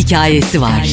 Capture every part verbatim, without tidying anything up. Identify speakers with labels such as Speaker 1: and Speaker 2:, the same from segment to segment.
Speaker 1: hikayesi var.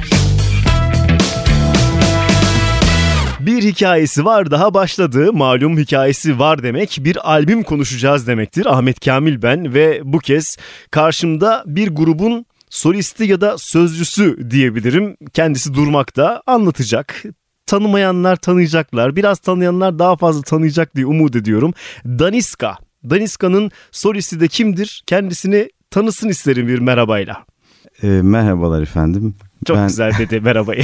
Speaker 2: Bir hikayesi var daha başladı. Malum hikayesi var demek bir albüm konuşacağız demektir. Ahmet Kamil ben ve bu kez karşımda bir grubun solisti ya da sözcüsü diyebilirim. Kendisi durmakta, anlatacak. Tanımayanlar tanıyacaklar, biraz tanıyanlar daha fazla tanıyacak diye umut ediyorum. Daniska. Daniska'nın solisti de kimdir? Kendisini tanısın isterim bir merhabayla.
Speaker 3: E, merhabalar efendim.
Speaker 2: Çok
Speaker 3: ben...
Speaker 2: güzel dedi merhabayı.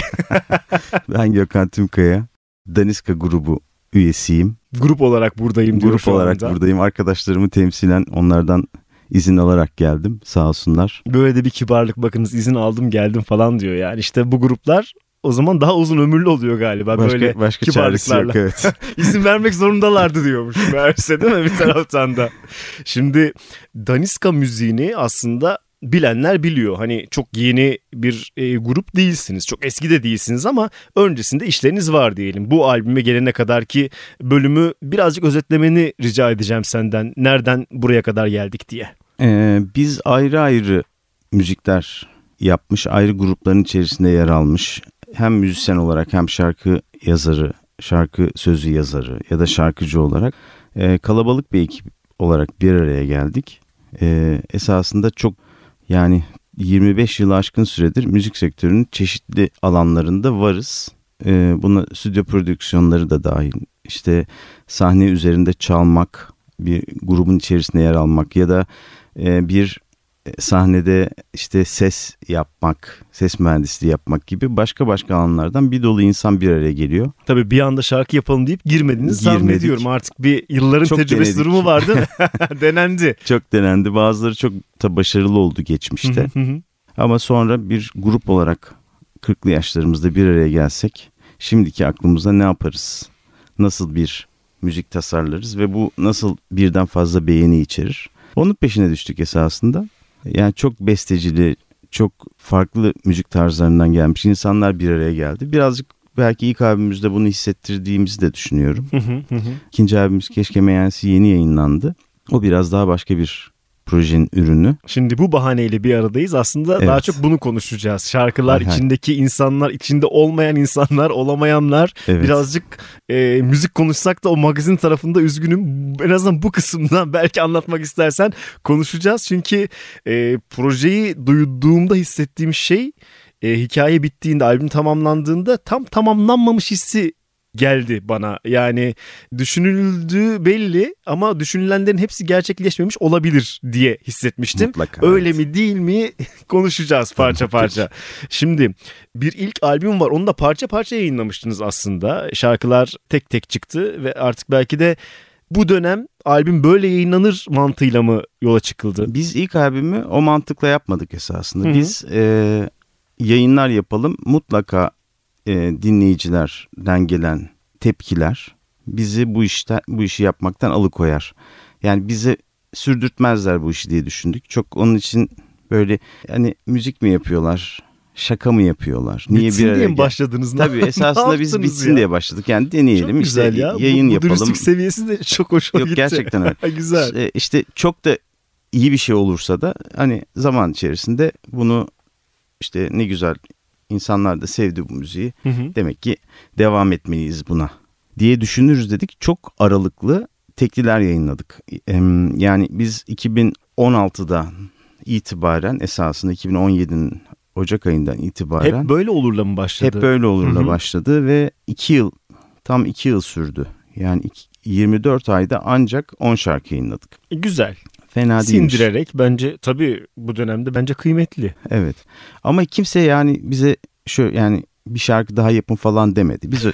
Speaker 3: Ben Gökhan Tümkaya. Daniska grubu üyesiyim.
Speaker 2: Grup olarak buradayım diyor
Speaker 3: Grup
Speaker 2: şu
Speaker 3: olarak
Speaker 2: anda.
Speaker 3: buradayım. Arkadaşlarımı temsilen onlardan izin alarak geldim. Sağ olsunlar.
Speaker 2: Böyle de bir kibarlık, bakınız izin aldım geldim falan diyor. Yani işte bu gruplar o zaman daha uzun ömürlü oluyor galiba.
Speaker 3: Başka,
Speaker 2: böyle
Speaker 3: başka çaresi yok, evet.
Speaker 2: İzin vermek zorundalardı diyormuş meğerse, değil mi bir taraftan da. Şimdi Daniska müziğini aslında bilenler biliyor. Hani çok yeni bir e, grup değilsiniz. Çok eski de değilsiniz ama öncesinde işleriniz var diyelim. Bu albüme gelene kadar ki bölümü birazcık özetlemeni rica edeceğim senden. Nereden buraya kadar geldik diye.
Speaker 3: Ee, biz ayrı ayrı müzikler yapmış, ayrı grupların içerisinde yer almış. Hem müzisyen olarak hem şarkı yazarı, şarkı sözü yazarı ya da şarkıcı olarak e, kalabalık bir ekip olarak bir araya geldik. E, esasında çok yani yirmi beş yılı aşkın süredir müzik sektörünün çeşitli alanlarında varız. Ee, buna stüdyo prodüksiyonları da dahil. İşte sahne üzerinde çalmak, bir grubun içerisinde yer almak ya da e, bir sahnede işte ses yapmak, ses mühendisliği yapmak gibi başka başka alanlardan bir dolu insan bir araya geliyor.
Speaker 2: Tabii bir anda şarkı yapalım deyip girmediniz.
Speaker 3: Girmedik.
Speaker 2: Tahmin ediyorum artık bir yılların
Speaker 3: Çok
Speaker 2: tecrübesi
Speaker 3: denedik.
Speaker 2: durumu vardı. Denendi.
Speaker 3: Çok denendi. Bazıları çok da başarılı oldu geçmişte. Ama sonra bir grup olarak kırklı yaşlarımızda bir araya gelsek şimdiki aklımızda ne yaparız? Nasıl bir müzik tasarlarız ve bu nasıl birden fazla beğeni içerir? Onun peşine düştük esasında. Yani çok bestecili, çok farklı müzik tarzlarından gelmiş insanlar bir araya geldi. Birazcık belki ilk albümümüzde bunu hissettirdiğimizi de düşünüyorum. İkinci albümümüz Keşke Meğensi yeni yayınlandı. O biraz daha başka bir projenin ürünü.
Speaker 2: Şimdi bu bahaneyle bir aradayız. Aslında
Speaker 3: evet.
Speaker 2: Daha çok bunu konuşacağız. Şarkılar,
Speaker 3: Aha.
Speaker 2: içindeki insanlar, içinde olmayan insanlar, olamayanlar.
Speaker 3: Evet.
Speaker 2: Birazcık e, müzik konuşsak da o magazin tarafında üzgünüm. En azından bu kısımdan belki anlatmak istersen konuşacağız. Çünkü e, projeyi duyduğumda hissettiğim şey e, hikaye bittiğinde, albüm tamamlandığında tam tamamlanmamış hissi geldi bana. Yani düşünüldüğü belli ama düşünülenlerin hepsi gerçekleşmemiş olabilir diye hissetmiştim.
Speaker 3: Mutlaka,
Speaker 2: öyle
Speaker 3: evet.
Speaker 2: mi değil mi konuşacağız parça parça. Şimdi bir ilk albüm var. Onu da parça parça yayınlamıştınız aslında. Şarkılar tek tek çıktı ve artık belki de bu dönem albüm böyle yayınlanır mantığıyla mı yola çıkıldı?
Speaker 3: Biz ilk albümü o mantıkla yapmadık esasında.
Speaker 2: Hı-hı.
Speaker 3: Biz e, yayınlar yapalım, mutlaka e, dinleyicilerden gelen tepkiler bizi bu işte bu işi yapmaktan alıkoyar. Yani bizi sürdürtmezler bu işi diye düşündük. Çok onun için böyle hani müzik mi yapıyorlar, şaka mı yapıyorlar? Niye
Speaker 2: bitsin
Speaker 3: bir araya
Speaker 2: diye mi
Speaker 3: gel-
Speaker 2: başladınız?
Speaker 3: Tabii esasında biz bitsin
Speaker 2: ya?
Speaker 3: diye başladık. Yani deneyelim
Speaker 2: Çok
Speaker 3: işte
Speaker 2: güzel ya.
Speaker 3: yayın
Speaker 2: bu, bu
Speaker 3: yapalım.
Speaker 2: dürüstlük seviyesi de çok hoşuma
Speaker 3: Yok,
Speaker 2: gitti.
Speaker 3: gerçekten öyle.
Speaker 2: Güzel.
Speaker 3: İşte, işte çok da iyi bir şey olursa da hani zaman içerisinde bunu işte ne güzel insanlar da sevdi bu müziği.
Speaker 2: Hı hı.
Speaker 3: Demek ki devam etmeliyiz buna diye düşünürüz dedik. Çok aralıklı tekliler yayınladık. Yani biz iki bin on altıda itibaren esasında iki bin on yedinin Ocak ayından itibaren
Speaker 2: Hep böyle olurla mı başladı?
Speaker 3: Hep böyle olurla
Speaker 2: Hı-hı.
Speaker 3: başladı ve iki yıl tam iki yıl sürdü. Yani yirmi dört ayda ancak on şarkı yayınladık.
Speaker 2: E, güzel.
Speaker 3: Fena değilmiş.
Speaker 2: Sindirerek bence tabii bu dönemde bence kıymetli.
Speaker 3: Evet. Ama kimse yani bize şu yani bir şarkı daha yapın falan demedi. Biz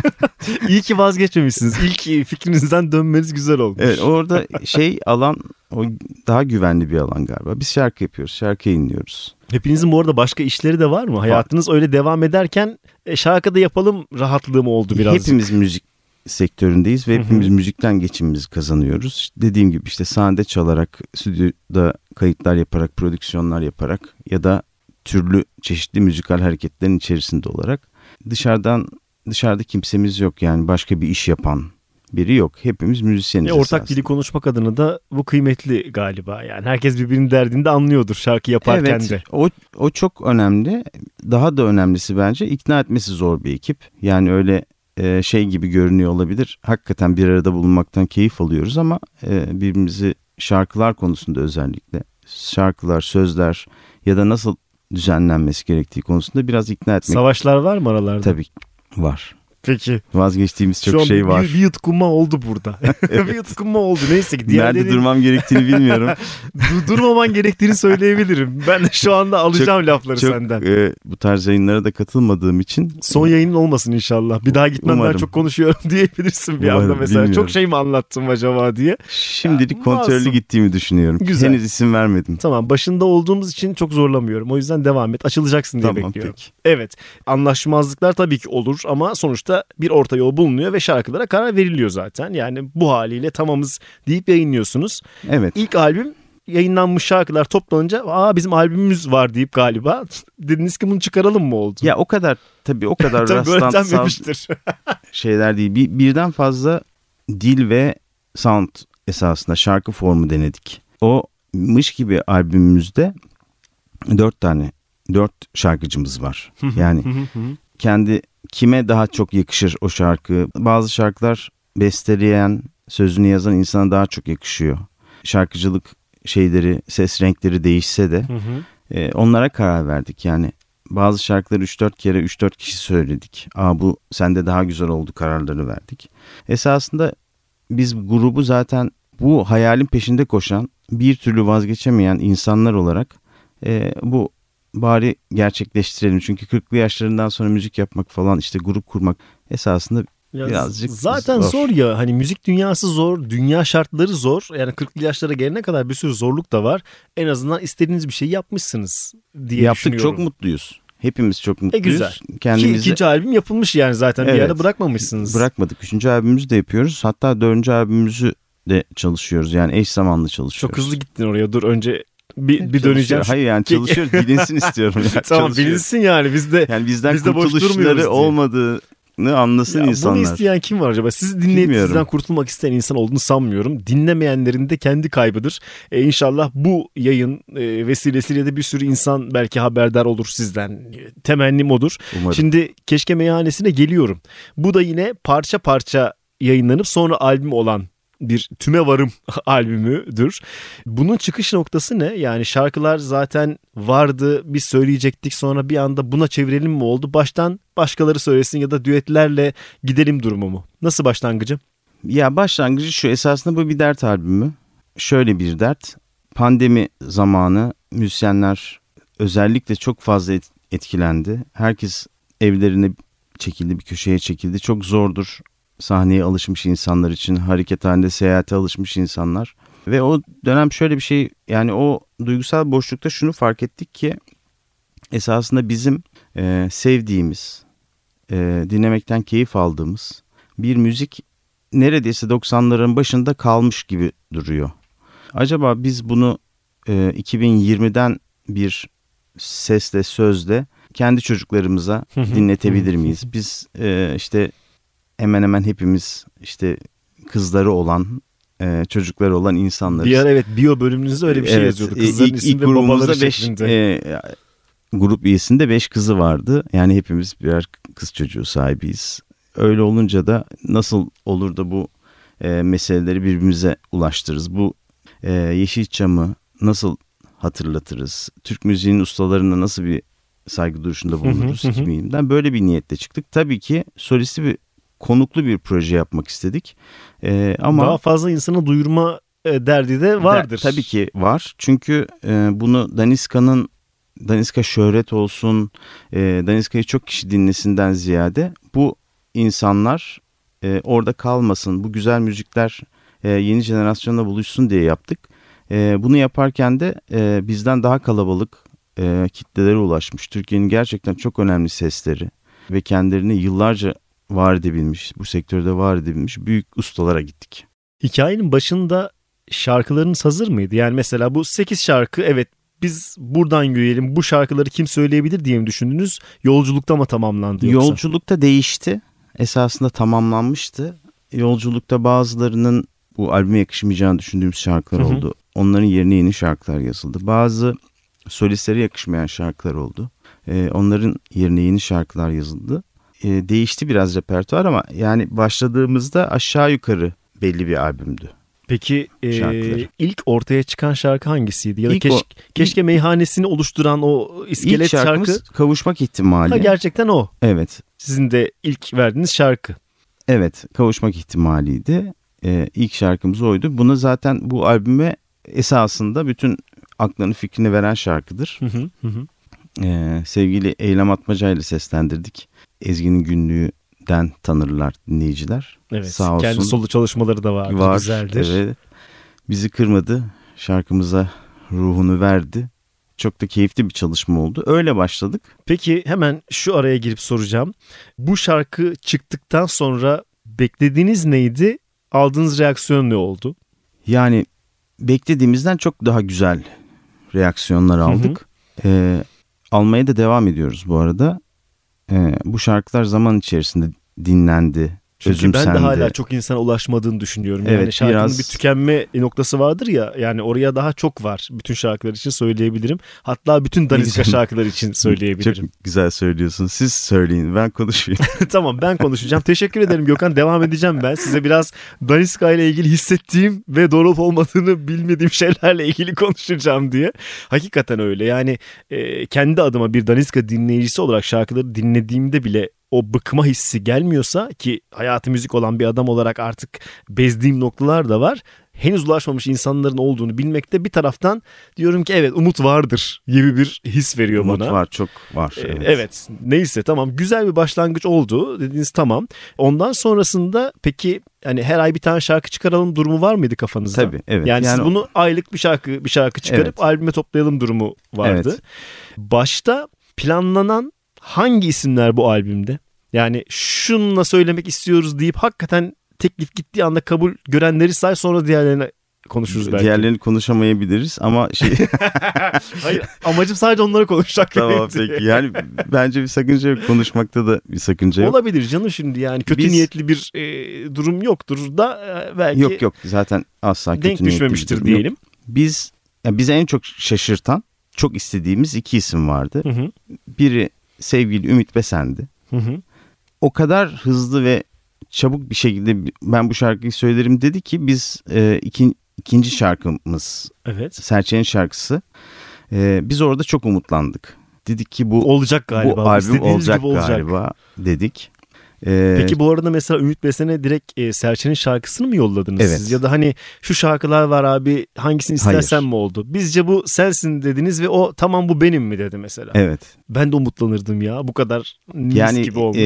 Speaker 2: İyi ki vazgeçmemişsiniz. İlk fikrinizden dönmeniz güzel olmuş.
Speaker 3: Evet, orada şey alan o daha güvenli bir alan galiba. Biz şarkı yapıyoruz, şarkı yayınlıyoruz.
Speaker 2: Hepinizin bu arada başka işleri de var mı? Hayatınız öyle devam ederken e, şarkı da yapalım rahatlığı mı oldu birazcık?
Speaker 3: Hepimiz müzik sektöründeyiz ve hepimiz Hı-hı. müzikten geçimimizi kazanıyoruz. İşte dediğim gibi işte sahnede çalarak, stüdyoda kayıtlar yaparak, prodüksiyonlar yaparak ya da türlü çeşitli müzikal hareketlerin içerisinde olarak dışarıdan dışarıda kimsemiz yok, yani başka bir iş yapan biri yok. Hepimiz müzisyeniz.
Speaker 2: E, ortak
Speaker 3: esasında.
Speaker 2: dili konuşmak adına da bu kıymetli galiba. Yani herkes birbirinin derdini de anlıyordur şarkı yaparken
Speaker 3: evet,
Speaker 2: de.
Speaker 3: O, o çok önemli. Daha da önemlisi bence ikna etmesi zor bir ekip. Yani öyle e, şey gibi görünüyor olabilir. Hakikaten bir arada bulunmaktan keyif alıyoruz ama e, birbirimizi şarkılar konusunda özellikle şarkılar, sözler ya da nasıl düzenlenmesi gerektiği konusunda biraz ikna etmek.
Speaker 2: Savaşlar var mı aralarda?
Speaker 3: Tabii var.
Speaker 2: Peki.
Speaker 3: Vazgeçtiğimiz çok
Speaker 2: Şu an
Speaker 3: şey
Speaker 2: bir,
Speaker 3: var.
Speaker 2: Bir, bir yutkunma oldu burada. bir yutkunma oldu. Neyse ki diğerleri...
Speaker 3: Nerede durmam gerektiğini bilmiyorum.
Speaker 2: Dur- durmaman gerektiğini söyleyebilirim. Ben de şu anda alacağım
Speaker 3: çok,
Speaker 2: lafları
Speaker 3: çok,
Speaker 2: senden.
Speaker 3: E, bu tarz yayınlara da katılmadığım için.
Speaker 2: Son yayının olmasın inşallah. Bir daha gitmem
Speaker 3: Umarım.
Speaker 2: ben çok konuşuyorum diyebilirsin bir
Speaker 3: Umarım,
Speaker 2: anda mesela.
Speaker 3: bilmiyorum.
Speaker 2: Çok şey mi anlattım acaba diye.
Speaker 3: Şimdilik
Speaker 2: Ya,
Speaker 3: kontrollü
Speaker 2: masum.
Speaker 3: gittiğimi düşünüyorum.
Speaker 2: Güzel.
Speaker 3: Henüz isim vermedim.
Speaker 2: Tamam, başında olduğumuz için çok zorlamıyorum. O yüzden devam et. Açılacaksın diye
Speaker 3: Tamam,
Speaker 2: bekliyorum.
Speaker 3: peki.
Speaker 2: Evet. Anlaşmazlıklar tabii ki olur ama sonuçta bir orta yol bulunuyor ve şarkılara karar veriliyor zaten. Yani bu haliyle tamamız deyip yayınlıyorsunuz.
Speaker 3: Evet.
Speaker 2: İlk albüm yayınlanmış şarkılar toplanınca aa bizim albümümüz var deyip galiba dediniz ki bunu çıkaralım mı oldu?
Speaker 3: Ya o kadar tabii o kadar
Speaker 2: Tabii böyle
Speaker 3: rastlantısal
Speaker 2: denmemiştir.
Speaker 3: şeyler değil. Bir, birden fazla dil ve sound esasında şarkı formu denedik. O Mış gibi albümümüzde dört tane dört şarkıcımız var. Yani kendi kime daha çok yakışır o şarkı. Bazı şarkılar besteleyen, sözünü yazan insana daha çok yakışıyor. Şarkıcılık şeyleri, ses renkleri değişse de e, onlara karar verdik. Yani bazı şarkıları üç dört kere üç dört kişi söyledik. Aa bu sende daha güzel oldu kararları verdik. Esasında biz grubu zaten bu hayalin peşinde koşan, bir türlü vazgeçemeyen insanlar olarak e, bu bari gerçekleştirelim. Çünkü kırklı yaşlarından sonra müzik yapmak falan işte grup kurmak esasında
Speaker 2: ya
Speaker 3: birazcık
Speaker 2: zaten zor. zor ya hani müzik dünyası zor, dünya şartları zor. Yani kırklı yaşlara gelene kadar bir sürü zorluk da var. En azından istediğiniz bir şey yapmışsınız diye
Speaker 3: yaptık,
Speaker 2: düşünüyorum.
Speaker 3: çok mutluyuz. Hepimiz çok mutluyuz.
Speaker 2: E güzel.
Speaker 3: Kendimizi...
Speaker 2: Ki ikinci albüm yapılmış yani zaten evet, bir yerde bırakmamışsınız.
Speaker 3: Bırakmadık. Üçüncü albümümüzü de yapıyoruz. Hatta dördüncü albümümüzü de çalışıyoruz. Yani eş zamanlı çalışıyoruz.
Speaker 2: Çok hızlı gittin oraya. Dur önce bir, bir döneceğim.
Speaker 3: Hayır yani çalışıyoruz. Bilinsin istiyorum. Yani.
Speaker 2: Tamam bilinsin yani. Biz de,
Speaker 3: yani bizden
Speaker 2: biz de
Speaker 3: kurtuluşları olmadığını anlasın
Speaker 2: ya
Speaker 3: insanlar.
Speaker 2: Bunu isteyen kim var acaba? Sizi dinleyip Bilmiyorum. Sizden kurtulmak isteyen insan olduğunu sanmıyorum. Dinlemeyenlerin de kendi kaybıdır. Ee, İnşallah bu yayın e, vesilesiyle de bir sürü insan belki haberdar olur sizden. Temennim odur.
Speaker 3: Umarım.
Speaker 2: Şimdi Keşke Meyhanesi'ne geliyorum. Bu da yine parça parça yayınlanıp sonra albüm olan bir tüme varım albümüdür. Bunun çıkış noktası ne? Yani şarkılar zaten vardı, biz söyleyecektik, sonra bir anda buna çevirelim mi oldu? Baştan başkaları söylesin ya da düetlerle gidelim durumu mu? Nasıl başlangıcı?
Speaker 3: Ya başlangıcı şu, esasında bu bir dert albümü. Şöyle bir dert. Pandemi zamanı müzisyenler özellikle çok fazla etkilendi. Herkes evlerine çekildi, bir köşeye çekildi. Çok zordur. Sahneye alışmış insanlar için, hareket halinde seyahate alışmış insanlar. Ve o dönem şöyle bir şey, yani o duygusal boşlukta şunu fark ettik ki esasında bizim e, sevdiğimiz, e, dinlemekten keyif aldığımız bir müzik neredeyse doksanların başında kalmış gibi duruyor. Acaba biz bunu e, iki bin yirmiden bir sesle, sözle kendi çocuklarımıza dinletebilir miyiz? Biz e, işte hemen hemen hepimiz işte kızları olan, e, çocukları olan insanlarız.
Speaker 2: Bir ara evet biyo bölümünüzde öyle bir şey evet, yazıyordu. Kızların ilk, ismi ve babaları beş, şeklinde.
Speaker 3: E, grup üyesinde beş kızı vardı. Yani hepimiz birer kız çocuğu sahibiyiz. Öyle olunca da nasıl olur da bu e, meseleleri birbirimize ulaştırırız? Bu e, Yeşilçam'ı nasıl hatırlatırız? Türk müziğinin ustalarına nasıl bir saygı duruşunda bulunuruz? iki bin yirmiden böyle bir niyetle çıktık. Tabii ki solisti bir konuklu bir proje yapmak istedik. Ee, ama
Speaker 2: daha fazla insana duyurma e, derdi de vardır.
Speaker 3: De, tabii ki var. Çünkü e, bunu Daniska'nın Daniska şöhret olsun, e, Daniska'yı çok kişi dinlesinden ziyade bu insanlar e, orada kalmasın, bu güzel müzikler e, yeni jenerasyonla buluşsun diye yaptık. E, bunu yaparken de e, bizden daha kalabalık e, kitlelere ulaşmış. Türkiye'nin gerçekten çok önemli sesleri ve kendilerini yıllarca var edebilmiş, bu sektörde var edebilmiş büyük ustalara gittik.
Speaker 2: Hikayenin başında şarkılarınız hazır mıydı? Yani mesela bu sekiz şarkı, evet biz buradan yürüyelim, bu şarkıları kim söyleyebilir diye mi düşündünüz? Yolculukta mı tamamlandı yoksa?
Speaker 3: Yolculukta değişti. Esasında tamamlanmıştı. yolculukta bazılarının bu albüme yakışmayacağını düşündüğümüz şarkılar hı hı. oldu. Onların yerine yeni şarkılar yazıldı. Bazı solistlere yakışmayan şarkılar oldu. Ee, onların yerine yeni şarkılar yazıldı. Ee, değişti biraz repertuar ama yani başladığımızda aşağı yukarı belli bir albümdü.
Speaker 2: Peki e, ilk ortaya çıkan şarkı hangisiydi? Ya da keş, o, Keşke ilk, Meyhanesi'ni oluşturan o iskelet
Speaker 3: ilk şarkımız
Speaker 2: şarkı.
Speaker 3: Kavuşmak ihtimali.
Speaker 2: Ha, gerçekten o.
Speaker 3: Evet.
Speaker 2: Sizin de ilk verdiğiniz şarkı.
Speaker 3: Evet, Kavuşmak ihtimaliydi. Ee, ilk şarkımız oydu. Bunu zaten bu albüme esasında bütün aklını fikrini veren şarkıdır. Hı hı hı. Ee, sevgili Eylem Atmaca ile seslendirdik. Ezgi'nin günlüğünden tanırlar dinleyiciler.
Speaker 2: Evet. Sağ olsun. Kendi solo çalışmaları da vardı.
Speaker 3: Var,
Speaker 2: güzeldir.
Speaker 3: Evet. Bizi kırmadı. Şarkımıza ruhunu verdi. Çok da keyifli bir çalışma oldu. Öyle başladık.
Speaker 2: Peki hemen şu araya girip soracağım. Bu şarkı çıktıktan sonra beklediğiniz neydi? Aldığınız reaksiyon ne oldu?
Speaker 3: Yani beklediğimizden çok daha güzel reaksiyonlar aldık. Hı hı. Ee, almaya da devam ediyoruz bu arada. Ee, bu şarkılar zaman içerisinde dinlendi.
Speaker 2: Çünkü
Speaker 3: özümsendi.
Speaker 2: Ben de hala çok insana ulaşmadığını düşünüyorum.
Speaker 3: Evet,
Speaker 2: yani şarkının
Speaker 3: biraz...
Speaker 2: bir tükenme noktası vardır ya. Yani oraya daha çok var. Bütün şarkılar için söyleyebilirim. Hatta bütün Daniska şarkılar için söyleyebilirim.
Speaker 3: Çok güzel söylüyorsun. Siz söyleyin, ben konuşayım.
Speaker 2: Tamam, ben konuşacağım. Teşekkür ederim Gökhan. Devam edeceğim ben. Size biraz Daniska ile ilgili hissettiğim ve doğru olup olmadığını bilmediğim şeylerle ilgili konuşacağım diye. Hakikaten öyle. Yani e, kendi adıma bir Daniska dinleyicisi olarak şarkıları dinlediğimde bile o bıkma hissi gelmiyorsa, ki hayatı müzik olan bir adam olarak artık bezdiğim noktalar da var. Henüz ulaşmamış insanların olduğunu bilmekte bir taraftan diyorum ki evet, umut vardır gibi bir his veriyor
Speaker 3: umut
Speaker 2: bana.
Speaker 3: Umut var, çok var.
Speaker 2: Evet. Ee, evet neyse, tamam, güzel bir başlangıç oldu dediniz, tamam. Ondan sonrasında peki hani her ay bir tane şarkı çıkaralım durumu var mıydı kafanızda?
Speaker 3: Tabii, evet.
Speaker 2: Yani, yani siz bunu aylık bir şarkı bir şarkı çıkarıp evet. albüme toplayalım durumu vardı. Evet. Başta planlanan hangi isimler bu albümde? Yani şununla söylemek istiyoruz deyip hakikaten teklif gittiği anda kabul görenleri say, sonra diğerlerine konuşuruz belki.
Speaker 3: Diğerlerini konuşamayabiliriz ama şey...
Speaker 2: Hayır, amacım sadece onları konuşmak.
Speaker 3: Tamam peki, yani bence bir sakınca yok, konuşmakta da bir sakınca yok.
Speaker 2: Olabilir canım, şimdi yani kötü Biz... niyetli bir e, durum yoktur da e, belki...
Speaker 3: Yok yok, zaten asla kötü niyetli
Speaker 2: denk düşmemiştir diyelim. Yok.
Speaker 3: Biz, yani bize en çok şaşırtan, çok istediğimiz iki isim vardı. Hı hı. Biri sevgili Ümit Besen'di. Hı hı. O kadar hızlı ve çabuk bir şekilde ben bu şarkıyı söylerim dedi ki biz e, iki, ikinci şarkımız, evet. Serçe'nin şarkısı. E, biz orada çok umutlandık. Dedik ki bu
Speaker 2: olacak galiba.
Speaker 3: Bu albüm olacak, olacak galiba dedik.
Speaker 2: Ee, Peki bu arada mesela Ümit Besen'e direkt e, Serçe'nin şarkısını mı yolladınız evet. siz? Ya da hani şu şarkılar var abi, hangisini istersen Hayır. mi oldu? Bizce bu sensin dediniz ve o tamam bu benim mi dedi mesela.
Speaker 3: Evet.
Speaker 2: Ben de umutlanırdım ya, bu kadar mis
Speaker 3: yani,
Speaker 2: gibi olmuş.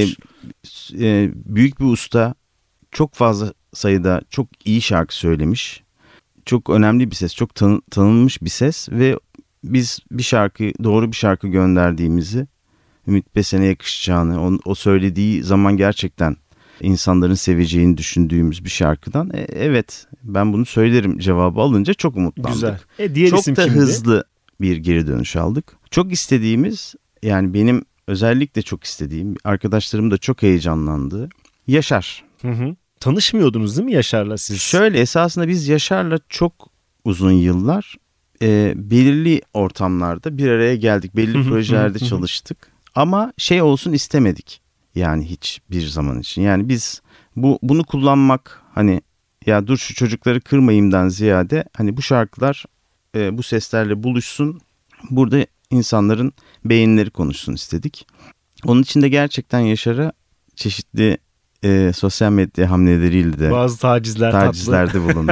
Speaker 3: E, e, büyük bir usta, çok fazla sayıda çok iyi şarkı söylemiş. Çok önemli bir ses, çok tanı, tanınmış bir ses ve biz bir şarkı, doğru bir şarkı gönderdiğimizi, Ümit Besen'e yakışacağını, o, o söylediği zaman gerçekten insanların seveceğini düşündüğümüz bir şarkıdan e, evet ben bunu söylerim cevabı alınca çok umutlandık.
Speaker 2: Güzel. E, diğer
Speaker 3: çok
Speaker 2: isim
Speaker 3: da
Speaker 2: kimdi?
Speaker 3: Hızlı bir geri dönüş aldık. Çok istediğimiz, yani benim özellikle çok istediğim, arkadaşlarım da çok heyecanlandığı Yaşar.
Speaker 2: Hı hı. Tanışmıyordunuz değil mi Yaşar'la siz?
Speaker 3: Şöyle, esasında biz Yaşar'la çok uzun yıllar e, belirli ortamlarda bir araya geldik. Belli projelerde çalıştık. Ama şey olsun istemedik. Yani hiçbir zaman için. Yani biz bu bunu kullanmak, hani ya dur şu çocukları kırmayayımdan ziyade hani bu şarkılar e, bu seslerle buluşsun. Burada insanların beyinleri konuşsun istedik. Onun için de gerçekten Yaşar'a çeşitli e, sosyal medya hamleleriyle de
Speaker 2: bazı tacizler
Speaker 3: tacizlerde bulunduk.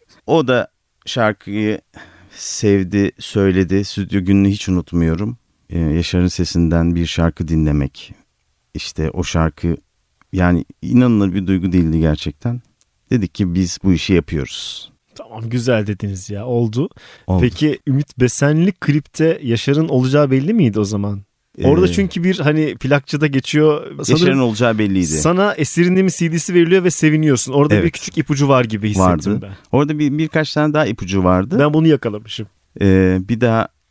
Speaker 3: O da şarkıyı sevdi, söyledi. Stüdyo gününü hiç unutmuyorum. Ee, Yaşar'ın sesinden bir şarkı dinlemek. İşte o şarkı, yani inanılır bir duygu değildi gerçekten. Dedik ki biz bu işi yapıyoruz.
Speaker 2: Tamam, güzel dediniz ya, oldu. oldu. Peki Ümit Besenli klipte Yaşar'ın olacağı belli miydi o zaman? Orada çünkü bir hani plakçıda geçiyor.
Speaker 3: Yaşar'ın olacağı belliydi.
Speaker 2: Sana Eser'in mi C D'si veriliyor ve seviniyorsun. Orada evet. bir küçük ipucu var gibi hissettim
Speaker 3: vardı.
Speaker 2: ben.
Speaker 3: Orada bir birkaç tane daha ipucu vardı.
Speaker 2: Ben bunu yakalamışım.
Speaker 3: Ee, bir daha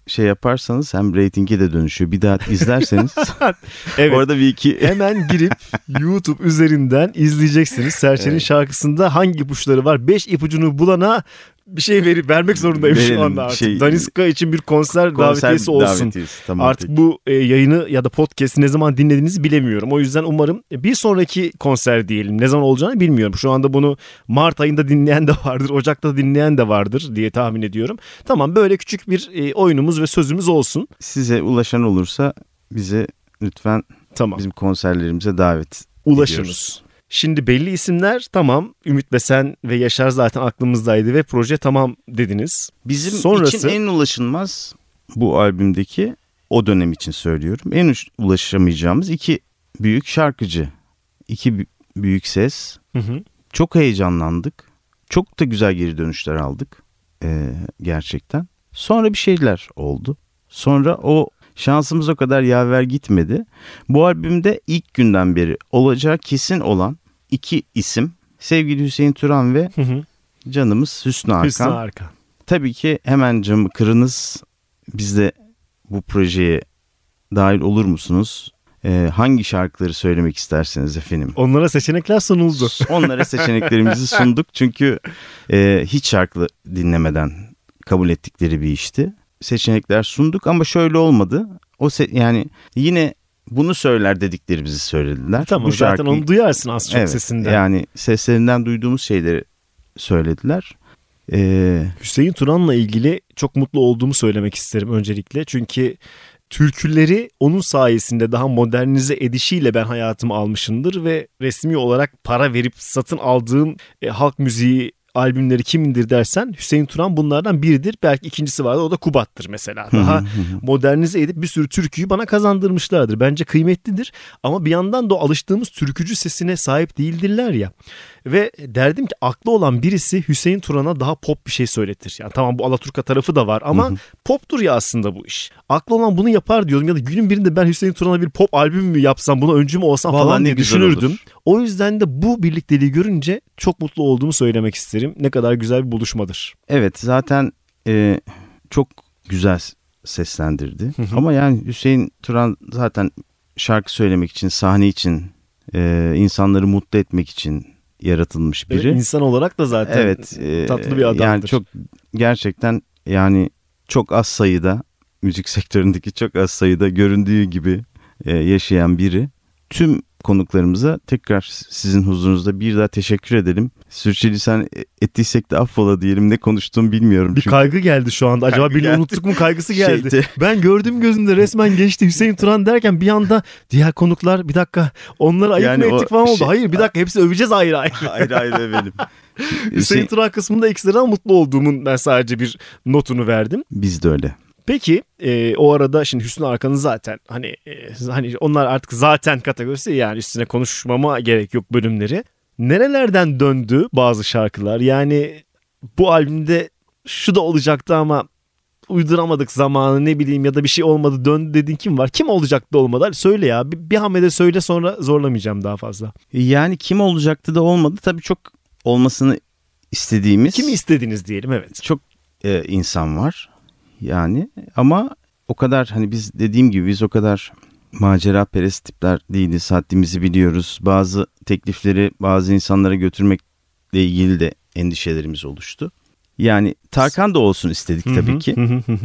Speaker 3: şey yaparsanız hem reytinge de dönüşüyor. Bir daha izlerseniz
Speaker 2: evet.
Speaker 3: orada bir iki...
Speaker 2: Hemen girip YouTube üzerinden izleyeceksiniz. Serçe'nin evet. şarkısında hangi ipuçları var? Beş ipucunu bulana bir şey verip vermek zorundayım Verelim, şu anda artık. Şey, Daniska için bir konser, konser davetiyesi olsun. Davetiyesi, tamam, artık peki. Bu e, yayını ya da podcast'i ne zaman dinlediğinizi bilemiyorum. O yüzden umarım bir sonraki konser diyelim. Ne zaman olacağını bilmiyorum. Şu anda bunu Mart ayında dinleyen de vardır, Ocak'ta dinleyen de vardır diye tahmin ediyorum. Tamam, böyle küçük bir e, oyunumuz ve sözümüz olsun.
Speaker 3: Size ulaşan olursa bize lütfen tamam. bizim konserlerimize davet
Speaker 2: ulaşınız.
Speaker 3: Ediyoruz.
Speaker 2: Şimdi belli isimler tamam. Ümit Besen ve Yaşar zaten aklımızdaydı ve proje tamam dediniz.
Speaker 3: Bizim Sonrası... için en ulaşılmaz bu albümdeki, o dönem için söylüyorum, en ulaşamayacağımız iki büyük şarkıcı. İki büyük ses. Hı hı. Çok heyecanlandık. Çok da güzel geri dönüşler aldık. Ee, gerçekten. Sonra bir şeyler oldu. Sonra o şansımız o kadar yaver gitmedi. Bu albümde ilk günden beri olacağı kesin olan İki isim, sevgili Hüseyin Turan ve hı hı. canımız Hüsnü Arkan.
Speaker 2: Hüsnü Arkan.
Speaker 3: Tabii ki hemen camı kırınız. Biz de bu projeye dahil olur musunuz? Ee, hangi şarkıları söylemek isterseniz efendim.
Speaker 2: Onlara seçenekler sunuldu.
Speaker 3: Onlara seçeneklerimizi sunduk. Çünkü e, hiç şarkı dinlemeden kabul ettikleri bir işti. Seçenekler sunduk ama şöyle olmadı. O se- yani yine... Bunu söyler dedikleri bizi söylediler.
Speaker 2: Tamam,
Speaker 3: bu
Speaker 2: zaten onu duyarsın az çok
Speaker 3: evet,
Speaker 2: sesinden.
Speaker 3: Yani seslerinden duyduğumuz şeyleri söylediler. Ee...
Speaker 2: Hüseyin Turan'la ilgili çok mutlu olduğumu söylemek isterim öncelikle. Çünkü türküleri onun sayesinde daha modernize edişiyle ben hayatımı almışımdır. Ve resmi olarak para verip satın aldığım e, halk müziği albümleri kimindir dersen Hüseyin Turan bunlardan biridir. Belki ikincisi vardı, o da Kubat'tır mesela. Daha modernize edip bir sürü türküyü bana kazandırmışlardır. Bence kıymetlidir ama bir yandan da o alıştığımız türkücü sesine sahip değildirler ya. Ve derdim ki aklı olan birisi Hüseyin Turan'a daha pop bir şey söyletir. Yani tamam, bu Alaturka tarafı da var ama poptur ya aslında bu iş. Aklı olan bunu yapar diyordum ya da günün birinde ben Hüseyin Turan'a bir pop albüm mü yapsam, buna öncü mü olsam Vallahi falan diye düşünürdüm. Olur. O yüzden de bu birlikteliği görünce çok mutlu olduğumu söylemek isterim. Ne kadar güzel bir buluşmadır.
Speaker 3: Evet, zaten e, çok güzel seslendirdi. Hı hı. Ama yani Hüseyin Turan zaten şarkı söylemek için, sahne için, e, insanları mutlu etmek için yaratılmış biri.
Speaker 2: Evet, insan olarak da zaten evet, e, tatlı bir adamdır.
Speaker 3: Yani çok gerçekten, yani çok az sayıda, müzik sektöründeki çok az sayıda göründüğü gibi e, yaşayan biri. Tüm konuklarımıza tekrar sizin huzurunuzda bir daha teşekkür edelim. Sürçülisan ettiysek de affola diyelim. Ne konuştuğumu bilmiyorum.
Speaker 2: Bir çünkü. Kaygı geldi şu anda. Acaba birini unuttuk mu kaygısı geldi. Şeydi. Ben gördüm gözünde resmen geçti Hüseyin Turan derken bir anda diğer konuklar bir dakika onları ayıp yani mı ettik falan oldu. Şey, Hayır bir dakika hepsi öveceğiz ayrı ayrı.
Speaker 3: ayrı ayrı övelim.
Speaker 2: Hüseyin Turan kısmında ekstradan mutlu olduğumun ben sadece bir notunu verdim.
Speaker 3: Biz de öyle.
Speaker 2: Peki e, o arada şimdi Hüsnü Arkan'ın zaten hani e, hani onlar artık zaten kategorisi, yani üstüne konuşmama gerek yok bölümleri. Nerelerden döndü bazı şarkılar? Yani bu albümde şu da olacaktı ama uyduramadık zamanı, ne bileyim, ya da bir şey olmadı döndü dediğin kim var? Kim olacaktı olmadı? Hadi söyle ya. Bir, bir hamlede söyle, sonra zorlamayacağım daha fazla.
Speaker 3: Yani kim olacaktı da olmadı. Tabii çok olmasını istediğimiz.
Speaker 2: Kimi istediniz diyelim, evet.
Speaker 3: Çok e, insan var. Yani ama o kadar, hani biz dediğim gibi biz o kadar macera perest tipler değiliz. Haddimizi biliyoruz. Bazı teklifleri bazı insanlara götürmekle ilgili de endişelerimiz oluştu. Yani Tarkan da olsun istedik tabii ki.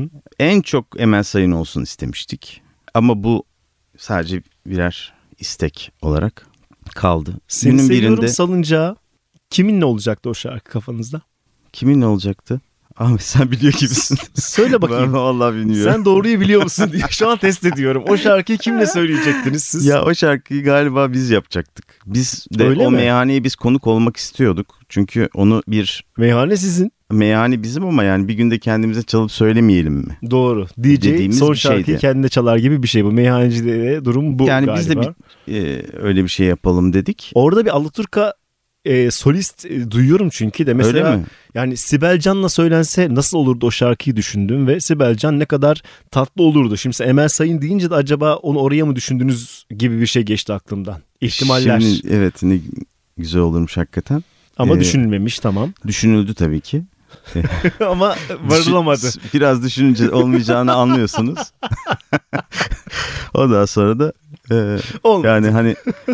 Speaker 3: En çok Emel Sayın olsun istemiştik. Ama bu sadece birer istek olarak kaldı.
Speaker 2: Seni Günün seviyorum birinde... salıncağı. Kiminle olacaktı o şarkı kafanızda?
Speaker 3: Kiminle olacaktı? Ahmet sen biliyor gibisin.
Speaker 2: Söyle bakayım.
Speaker 3: Ben vallahi bilmiyorum.
Speaker 2: Sen doğruyu biliyor musun diye şu an test ediyorum. O şarkıyı kimle söyleyecektiniz siz?
Speaker 3: Ya o şarkıyı galiba biz yapacaktık. Biz de Öyle o mi? meyhaneye biz konuk olmak istiyorduk. Çünkü onu bir...
Speaker 2: Meyhane sizin.
Speaker 3: Meyhane bizim ama yani bir günde kendimize çalıp söylemeyelim mi?
Speaker 2: Doğru. D J son şarkıyı şeydi. Kendine çalar gibi bir şey bu. Meyhanecilere durum bu
Speaker 3: yani
Speaker 2: galiba.
Speaker 3: Yani biz de bir, e, öyle bir şey yapalım dedik.
Speaker 2: Orada bir Alaturka e, solist e, duyuyorum çünkü de mesela. Öyle mi? Yani Sibel Can'la söylense nasıl olurdu o şarkıyı düşündüm ve Sibel Can ne kadar tatlı olurdu. Şimdi Emel Sayın deyince de acaba onu oraya mı düşündünüz gibi bir şey geçti aklımdan. İhtimaller.
Speaker 3: Şimdi, evet, ne güzel olurmuş hakikaten.
Speaker 2: Ama
Speaker 3: ee,
Speaker 2: düşünülmemiş, tamam.
Speaker 3: Düşünüldü tabii ki.
Speaker 2: Ama varılamadı.
Speaker 3: Biraz düşününce olmayacağını anlıyorsunuz. Ondan sonra da e, yani hani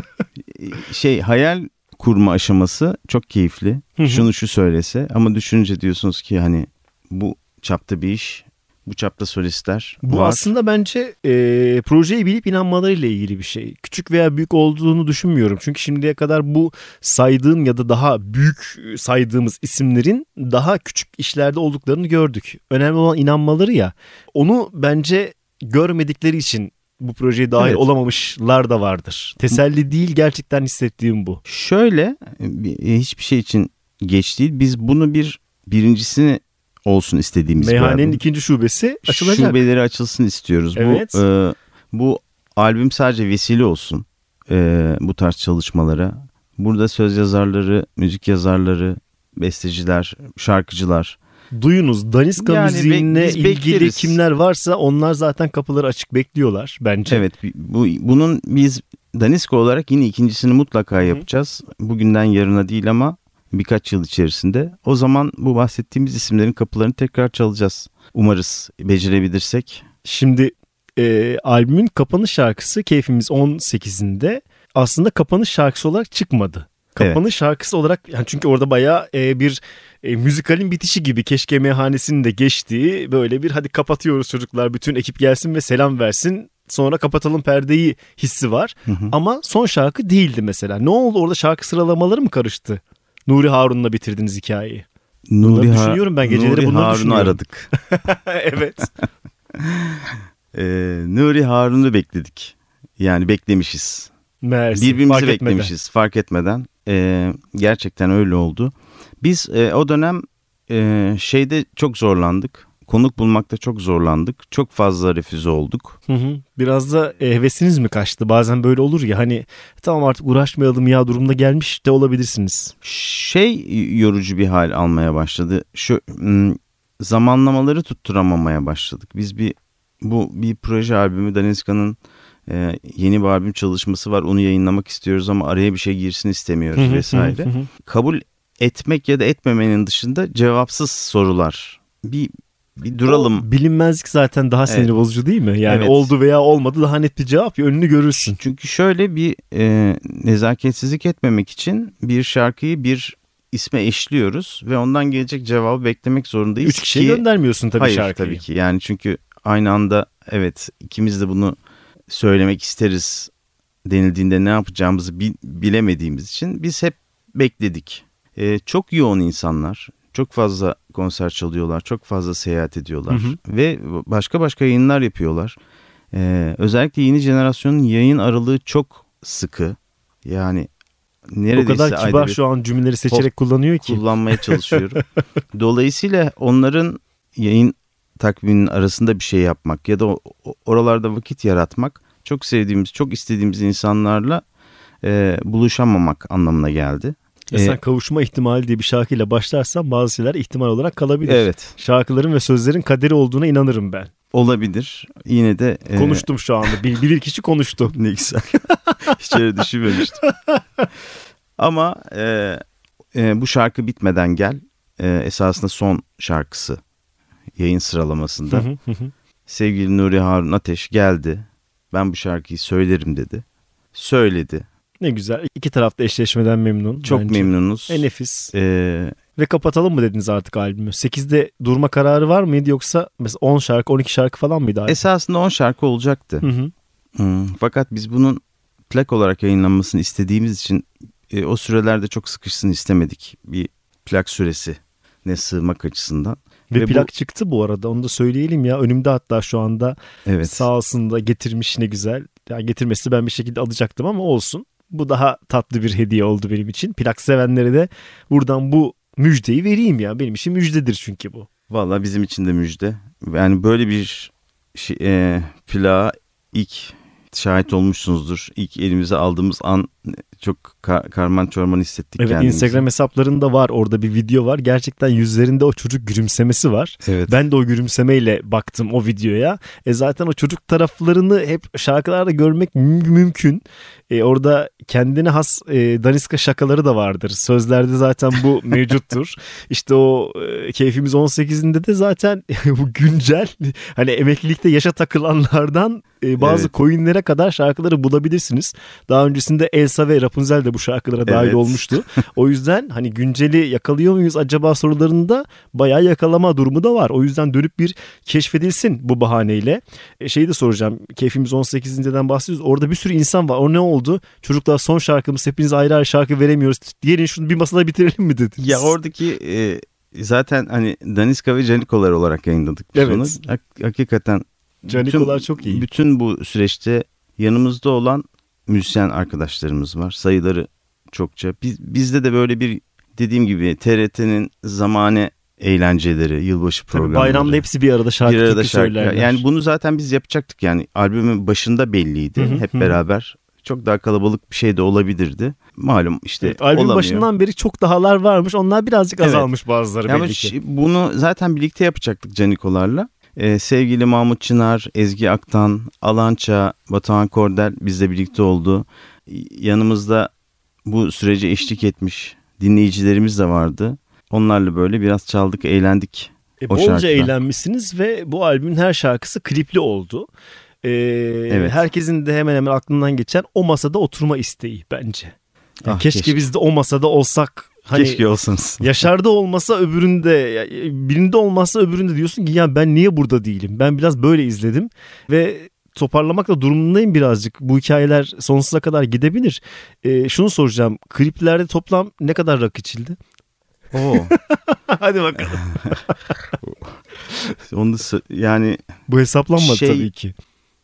Speaker 3: şey hayal kurma aşaması çok keyifli. Şunu şu söylese ama düşününce diyorsunuz ki hani bu çapta bir iş, bu çapta solistler
Speaker 2: Bu
Speaker 3: var.
Speaker 2: aslında bence e, projeyi bilip inanmalarıyla ilgili bir şey. Küçük veya büyük olduğunu düşünmüyorum. Çünkü şimdiye kadar bu saydığım ya da daha büyük saydığımız isimlerin daha küçük işlerde olduklarını gördük. Önemli olan inanmaları ya. Onu bence görmedikleri için bu projeye dahil evet. olamamışlar da vardır. Teselli değil, gerçekten hissettiğim bu.
Speaker 3: Şöyle, hiçbir şey için geç değil. Biz bunu bir birincisini olsun istediğimiz bir albüm.
Speaker 2: Meyhanenin ikinci şubesi açılacak.
Speaker 3: Şubeleri açılsın istiyoruz.
Speaker 2: Evet.
Speaker 3: Bu, e, bu albüm sadece vesile olsun e, bu tarz çalışmalara. Burada söz yazarları, müzik yazarları, besteciler, şarkıcılar.
Speaker 2: Duyunuz, Daniska yani müziğine
Speaker 3: be,
Speaker 2: ilgili
Speaker 3: bekleriz.
Speaker 2: Kimler varsa onlar zaten kapıları açık bekliyorlar bence.
Speaker 3: Evet, bu, bunun biz Daniska olarak yine ikincisini mutlaka yapacağız. Hı. Bugünden yarına değil ama birkaç yıl içerisinde. O zaman bu bahsettiğimiz isimlerin kapılarını tekrar çalacağız. Umarız becerebilirsek.
Speaker 2: Şimdi e, albümün kapanış şarkısı Keyfimiz on sekizinde aslında kapanış şarkısı olarak çıkmadı. Kapanış evet. şarkısı olarak yani çünkü orada bayağı e, bir e, müzikalin bitişi gibi Keşke Meyhanesi'nin de geçtiği böyle bir hadi kapatıyoruz çocuklar bütün ekip gelsin ve selam versin. Sonra kapatalım perdeyi hissi var. Hı hı. Ama son şarkı değildi mesela. Ne oldu orada, şarkı sıralamaları mı karıştı? Nuri Harun'la bitirdiniz hikayeyi.
Speaker 3: Nuri
Speaker 2: ha- düşünüyorum ben geceleri
Speaker 3: Nuri
Speaker 2: bunları
Speaker 3: Harun'u
Speaker 2: düşünüyorum.
Speaker 3: aradık.
Speaker 2: Evet.
Speaker 3: ee, Nuri Harun'u bekledik. Yani beklemişiz.
Speaker 2: Mersi.
Speaker 3: Birbirimizi
Speaker 2: fark
Speaker 3: beklemişiz etmeden. fark etmeden. Ee, gerçekten öyle oldu. Biz e, o dönem e, şeyde çok zorlandık. Konuk bulmakta çok zorlandık. Çok fazla refüze olduk.
Speaker 2: Hı hı. Biraz da e, hevesiniz mi kaçtı? Bazen böyle olur ya, hani tamam artık uğraşmayalım ya durumda gelmiş de olabilirsiniz.
Speaker 3: Şey yorucu bir hal almaya başladı. Şu m, zamanlamaları tutturamamaya başladık. Biz bir bu bir proje albümü, Daniska'nın e, yeni bir albüm çalışması var. Onu yayınlamak istiyoruz ama araya bir şey girsin istemiyoruz vesaire. Kabul etmek ya da etmemenin dışında cevapsız sorular. Bir Bir duralım.
Speaker 2: O bilinmezlik zaten daha sinir evet. bozucu değil mi? Yani evet. oldu veya olmadı, daha net bir cevap, önünü görürsün.
Speaker 3: Çünkü şöyle bir e, nezaketsizlik etmemek için bir şarkıyı bir isme eşliyoruz ve ondan gelecek cevabı beklemek zorundayız.
Speaker 2: Üç kişiye ki, göndermiyorsun tabii
Speaker 3: hayır,
Speaker 2: şarkıyı.
Speaker 3: Hayır tabii ki, yani çünkü aynı anda evet ikimiz de bunu söylemek isteriz denildiğinde ne yapacağımızı bil, bilemediğimiz için biz hep bekledik. E, çok yoğun insanlar. Çok fazla konser çalıyorlar, çok fazla seyahat ediyorlar hı hı. ve başka başka yayınlar yapıyorlar. Ee, özellikle yeni jenerasyonun yayın aralığı çok sıkı. Yani neredeyse
Speaker 2: o kadar kibar şu an cümleleri seçerek kullanıyor ki.
Speaker 3: Kullanmaya çalışıyorum. Dolayısıyla onların yayın takviminin arasında bir şey yapmak ya da oralarda vakit yaratmak çok sevdiğimiz, çok istediğimiz insanlarla e, buluşamamak anlamına geldi.
Speaker 2: Ya sen kavuşma ihtimali diye bir şarkıyla başlarsan bazı şeyler ihtimal olarak kalabilir.
Speaker 3: Evet.
Speaker 2: Şarkıların ve sözlerin kaderi olduğuna inanırım ben.
Speaker 3: Olabilir. Yine de...
Speaker 2: Konuştum e... şu anda. Bir, bir kişi konuştu.
Speaker 3: Ne güzel. Hiç öyle düşünmemiştim. Ama e, e, bu şarkı bitmeden gel. E, esasında son şarkısı yayın sıralamasında. Sevgili Nuri Harun Ateş geldi. Ben bu şarkıyı söylerim dedi. Söyledi.
Speaker 2: Ne güzel. İki tarafta eşleşmeden memnun.
Speaker 3: Çok bence. memnunuz.
Speaker 2: E nefis.
Speaker 3: Ee...
Speaker 2: Ve kapatalım mı dediniz artık albümü? sekizde durma kararı var mıydı yoksa mesela on şarkı on iki şarkı falan mıydı albüm?
Speaker 3: Esasında on şarkı olacaktı. Hı hı. Hmm, fakat biz bunun plak olarak yayınlanmasını istediğimiz için e, o sürelerde çok sıkışsın istemedik. Bir plak süresi ne sığmak açısından.
Speaker 2: Ve, Ve plak bu... çıktı bu arada, onu da söyleyelim ya. Önümde hatta şu anda evet. sağ olsun getirmiş, ne güzel. Yani getirmesi ben bir şekilde alacaktım ama olsun. Bu daha tatlı bir hediye oldu benim için. Plak sevenlere de buradan bu müjdeyi vereyim ya. Benim için müjdedir çünkü bu.
Speaker 3: Vallahi bizim için de müjde. Yani böyle bir şey, e, plağa ilk şahit olmuşsunuzdur. İlk elimize aldığımız an Çok kar- karman çorman hissettik
Speaker 2: evet,
Speaker 3: kendimizi.
Speaker 2: Instagram hesaplarında var, orada bir video var. Gerçekten yüzlerinde o çocuk gülümsemesi var.
Speaker 3: Evet.
Speaker 2: Ben de o gülümsemeyle baktım o videoya. E zaten o çocuk taraflarını hep şarkılarda görmek müm- mümkün. E orada kendine has e, daniska şakaları da vardır. Sözlerde zaten bu mevcuttur. İşte o e, Keyfimiz on sekizinde de zaten bu güncel, hani emeklilikte yaşa takılanlardan e, bazı
Speaker 3: Evet.
Speaker 2: coinlere kadar şarkıları bulabilirsiniz. Daha öncesinde Elsa ve Rapunzel de bu şarkılara dahil
Speaker 3: Evet.
Speaker 2: olmuştu. O yüzden hani günceli yakalıyor muyuz acaba sorularında bayağı yakalama durumu da var. O yüzden dönüp bir keşfedilsin bu bahaneyle. E, şeyi de soracağım. Keyfimiz on sekizinden bahsediyoruz. Orada bir sürü insan var. O ne oldu? Çocuklar son şarkımız, hepiniz ayrı ayrı şarkı veremiyoruz. Diğerini şunu bir masada bitirelim mi dediniz?
Speaker 3: Ya oradaki e, zaten hani Daniska ve Canikolar olarak yayınladık biz
Speaker 2: Evet.
Speaker 3: onu. Hak- hakikaten
Speaker 2: Canikolar
Speaker 3: bütün-
Speaker 2: çok iyi.
Speaker 3: Bütün bu süreçte yanımızda olan müzisyen arkadaşlarımız var. Sayıları çokça. Biz, bizde de böyle bir, dediğim gibi T R T'nin zamane eğlenceleri, yılbaşı
Speaker 2: Tabii
Speaker 3: programları.
Speaker 2: bayramda hepsi bir arada şarkı
Speaker 3: bir arada
Speaker 2: türkü
Speaker 3: şarkı.
Speaker 2: söylerler.
Speaker 3: Yani bunu zaten biz yapacaktık, yani albümün başında belliydi.
Speaker 2: Hı hı,
Speaker 3: Hep
Speaker 2: hı.
Speaker 3: beraber. Çok daha kalabalık bir şey de olabilirdi. Malum işte
Speaker 2: Evet, albüm
Speaker 3: olamıyor.
Speaker 2: başından beri çok dahalar varmış. Onlar birazcık
Speaker 3: Evet.
Speaker 2: azalmış bazıları
Speaker 3: Yani
Speaker 2: belli ki.
Speaker 3: şi- bunu zaten birlikte yapacaktık Canikolar'la. Ee, sevgili Mahmut Çınar, Ezgi Aktan, Alança, Batuhan Kordel bizle birlikte oldu. Yanımızda bu sürece eşlik etmiş dinleyicilerimiz de vardı. Onlarla böyle biraz çaldık, eğlendik.
Speaker 2: E,
Speaker 3: o
Speaker 2: bolca
Speaker 3: şarkıda.
Speaker 2: eğlenmişsiniz ve bu albümün her şarkısı klipli oldu. Ee,
Speaker 3: Evet.
Speaker 2: Herkesin de hemen hemen aklından geçen o masada oturma isteği bence. Yani
Speaker 3: Ah,
Speaker 2: keşke,
Speaker 3: keşke.
Speaker 2: biz de o masada olsak. Hani
Speaker 3: Keşke olsanız.
Speaker 2: Yaşar'da olmasa öbüründe, birinde olmazsa öbüründe diyorsun ki ya ben niye burada değilim? Ben biraz böyle izledim ve toparlamakla durumundayım birazcık. Bu hikayeler sonsuza kadar gidebilir. Ee, şunu soracağım. Kliplerde toplam ne kadar rakı içildi?
Speaker 3: Oo.
Speaker 2: Hadi bakalım.
Speaker 3: Onu da sö- yani
Speaker 2: Bu hesaplanmadı
Speaker 3: Şey-
Speaker 2: tabii ki.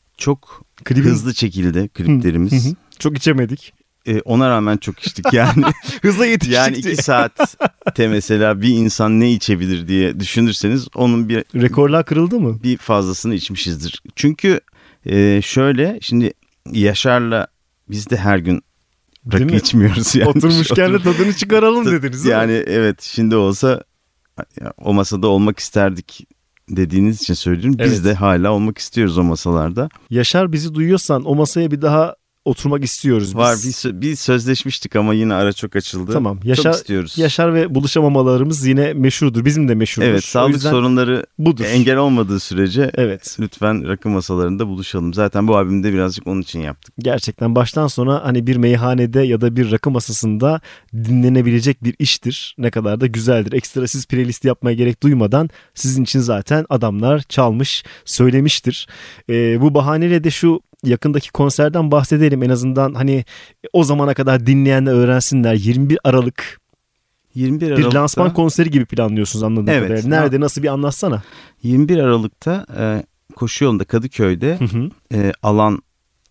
Speaker 3: çok
Speaker 2: Klibin-
Speaker 3: hızlı çekildi kliplerimiz.
Speaker 2: Hı hı. Çok içemedik.
Speaker 3: Ee, ona rağmen çok içtik yani.
Speaker 2: Hızla yetiştik.
Speaker 3: Yani iki saatte mesela bir insan ne içebilir diye düşünürseniz onun bir
Speaker 2: Rekorlar kırıldı mı?
Speaker 3: bir fazlasını içmişizdir. Çünkü e, şöyle, şimdi Yaşar'la biz de her gün
Speaker 2: Değil
Speaker 3: rakı
Speaker 2: mi?
Speaker 3: içmiyoruz yani.
Speaker 2: Oturmuşken de
Speaker 3: Otur-
Speaker 2: tadını çıkaralım dediniz. değil mi?
Speaker 3: Yani evet, şimdi olsa ya, o masada olmak isterdik dediğiniz için söylüyorum. Biz
Speaker 2: Evet.
Speaker 3: de hala olmak istiyoruz o masalarda.
Speaker 2: Yaşar, bizi duyuyorsan o masaya bir daha oturmak istiyoruz biz.
Speaker 3: Var bir, sö- bir sözleşmiştik ama yine ara çok açıldı.
Speaker 2: Tamam. Yaşar,
Speaker 3: çok istiyoruz.
Speaker 2: Yaşar ve buluşamamalarımız yine meşhurdur. Bizim de meşhurdur.
Speaker 3: Evet,
Speaker 2: O
Speaker 3: sağlık
Speaker 2: yüzden
Speaker 3: sorunları
Speaker 2: budur.
Speaker 3: engel olmadığı sürece
Speaker 2: Evet.
Speaker 3: lütfen rakı masalarında buluşalım. Zaten bu albümde birazcık onun için yaptık.
Speaker 2: Gerçekten baştan sona hani bir meyhanede ya da bir rakı masasında dinlenebilecek bir iştir. Ne kadar da güzeldir. Ekstra siz playlist yapmaya gerek duymadan sizin için zaten adamlar çalmış, söylemiştir. Ee, bu bahaneyle de şu yakındaki konserden bahsedelim. En azından hani o zamana kadar dinleyenler öğrensinler. yirmi bir Aralık
Speaker 3: yirmi bir
Speaker 2: bir
Speaker 3: Aralık'ta,
Speaker 2: lansman konseri gibi planlıyorsunuz anladığım
Speaker 3: Evet.
Speaker 2: kadarıyla. Nerede, nasıl, bir anlatsana.
Speaker 3: yirmi bir Aralık'ta e, Koşu Yolu'nda Kadıköy'de
Speaker 2: Hı hı.
Speaker 3: e, alan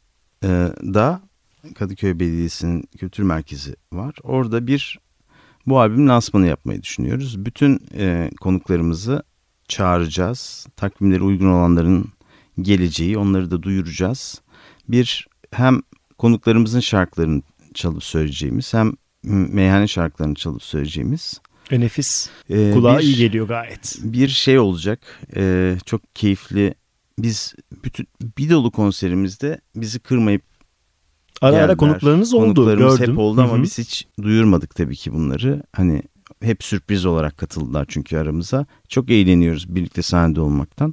Speaker 3: e, da Kadıköy Belediyesi'nin kültür merkezi var. Orada bir bu albüm lansmanı yapmayı düşünüyoruz. Bütün e, konuklarımızı çağıracağız. Takvimleri uygun olanların geleceği, onları da duyuracağız. Bir hem konuklarımızın şarkılarını çalıp söyleyeceğimiz, hem meyhane şarkılarını çalıp söyleyeceğimiz.
Speaker 2: E, nefis.
Speaker 3: e,
Speaker 2: Kulağa
Speaker 3: bir-
Speaker 2: iyi geliyor gayet.
Speaker 3: Bir şey olacak. E, çok keyifli. Biz bütün bir dolu konserimizde bizi kırmayıp
Speaker 2: Ara ara
Speaker 3: geldiler.
Speaker 2: konuklarınız oldu,
Speaker 3: Konuklarımız
Speaker 2: gördüm.
Speaker 3: hep oldu ama
Speaker 2: Hı hı.
Speaker 3: biz hiç duyurmadık tabii ki bunları. Hani hep sürpriz olarak katıldılar çünkü aramıza. Çok eğleniyoruz birlikte sahnede olmaktan.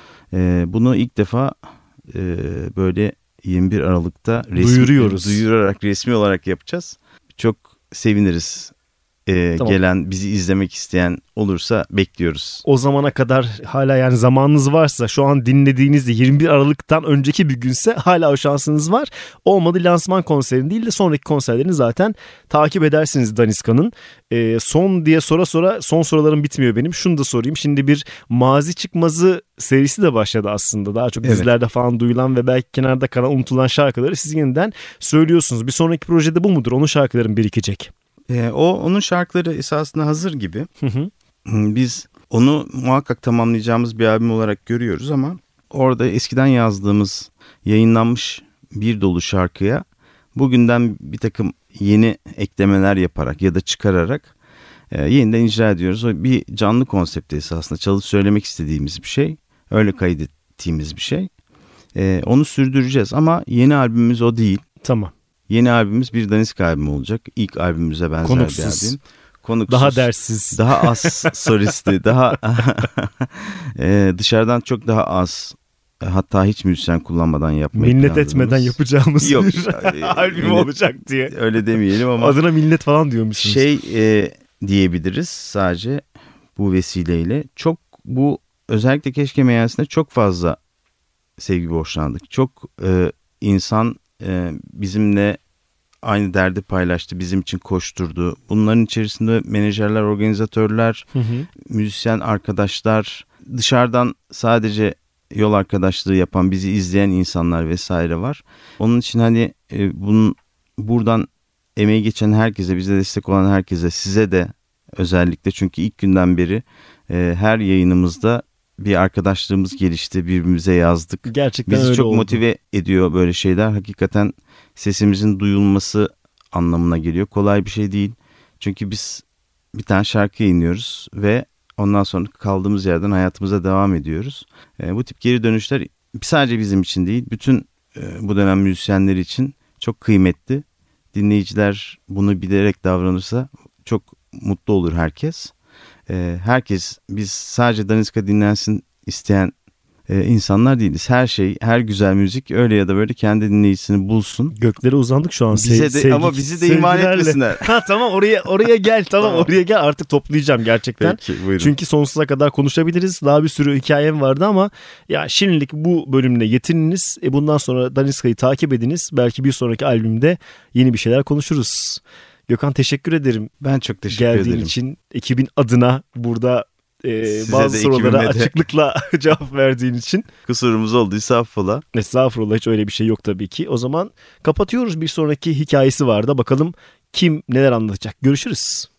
Speaker 3: Ee, bunu ilk defa e, böyle yirmi bir Aralık'ta resmi,
Speaker 2: Duyuruyoruz.
Speaker 3: duyurarak, resmi olarak yapacağız. Çok seviniriz. Ee,
Speaker 2: Tamam.
Speaker 3: Gelen, bizi izlemek isteyen olursa bekliyoruz.
Speaker 2: O zamana kadar hala yani zamanınız varsa, şu an dinlediğinizde yirmi bir Aralık'tan önceki bir günse hala o şansınız var. Olmadı lansman konserini değil de sonraki konserlerini zaten takip edersiniz Daniska'nın. Ee, son diye sora sora son sorularım bitmiyor benim. Şunu da sorayım. Şimdi bir Mazi Çıkmazı serisi de başladı aslında. Daha çok
Speaker 3: Evet.
Speaker 2: dizilerde falan duyulan ve belki kenarda kalan unutulan şarkıları siz yeniden söylüyorsunuz. Bir sonraki projede bu mudur? Onun şarkıların birikecek.
Speaker 3: Ee, o onun şarkıları esasında hazır gibi.
Speaker 2: Hı hı.
Speaker 3: Biz onu muhakkak tamamlayacağımız bir albüm olarak görüyoruz ama orada eskiden yazdığımız, yayınlanmış bir dolu şarkıya bugünden bir takım yeni eklemeler yaparak ya da çıkararak e, yeniden icra ediyoruz. O bir canlı konsepti esasında. Çalıp söylemek istediğimiz bir şey. Öyle kaydettiğimiz bir şey. E, onu sürdüreceğiz ama yeni albümümüz o değil.
Speaker 2: Tamam.
Speaker 3: Yeni albümümüz bir Daniska albümü olacak. İlk albümümüze benzer
Speaker 2: Konuksuz.
Speaker 3: bir albüm. Konuksuz.
Speaker 2: Daha dersiz.
Speaker 3: Daha az solisti. Daha e, dışarıdan çok daha az, hatta hiç müzisyen kullanmadan yapmayı
Speaker 2: minnet etmeden yapacağımız
Speaker 3: Yok,
Speaker 2: bir albüm olacak diye.
Speaker 3: Öyle demeyelim ama.
Speaker 2: Adına minnet falan diyormuşsunuz.
Speaker 3: Şey e, diyebiliriz sadece bu vesileyle. Çok bu özellikle Keşke Meyhanesi'nde çok fazla sevgi borçlandık. Çok e, insan e, bizimle aynı derdi paylaştı. Bizim için koşturdu. Bunların içerisinde menajerler, organizatörler, hı hı. müzisyen arkadaşlar, dışarıdan sadece yol arkadaşlığı yapan, bizi izleyen insanlar vesaire var. Onun için hani e, bunun buradan emeği geçen herkese, bize destek olan herkese, size de özellikle, çünkü ilk günden beri e, her yayınımızda bir arkadaşlığımız gelişti, birbirimize yazdık.
Speaker 2: Gerçekten
Speaker 3: bizi
Speaker 2: öyle
Speaker 3: çok
Speaker 2: oldu.
Speaker 3: Motive ediyor böyle şeyler. Hakikaten sesimizin duyulması anlamına geliyor. Kolay bir şey değil. Çünkü biz bir tane şarkı yayınlıyoruz ve ondan sonra kaldığımız yerden hayatımıza devam ediyoruz. E, bu tip geri dönüşler sadece bizim için değil, bütün e, bu dönem müzisyenleri için çok kıymetli. Dinleyiciler bunu bilerek davranırsa çok mutlu olur herkes. E, herkes, biz sadece Daniska dinlensin isteyen e, insanlar değiliz. Her şey, her güzel müzik öyle ya da böyle kendi dinleyicisini bulsun.
Speaker 2: Göklere uzandık şu an.
Speaker 3: Bize de, sevgi, ama bizi de ihmal etmesinler.
Speaker 2: Ha, tamam, oraya oraya gel. Tamam, tamam, oraya gel. Artık toplayacağım gerçekten.
Speaker 3: Peki, buyurun.
Speaker 2: Çünkü sonsuza kadar konuşabiliriz. Daha bir sürü hikayem vardı ama ya şimdilik bu bölümle yetininiz. E bundan sonra Daniska'yı takip ediniz. Belki bir sonraki albümde yeni bir şeyler konuşuruz. Gökhan, teşekkür ederim.
Speaker 3: Ben çok teşekkür
Speaker 2: Geldiğin
Speaker 3: ederim.
Speaker 2: Geldiğin için, ekibin adına burada e, bazı
Speaker 3: de,
Speaker 2: sorulara açıklıkla cevap verdiğin için.
Speaker 3: Kusurumuz olduysa affola.
Speaker 2: Estağfurullah, hiç öyle bir şey yok tabii ki. O zaman kapatıyoruz. Bir sonraki hikayesi var da bakalım kim neler anlatacak. Görüşürüz.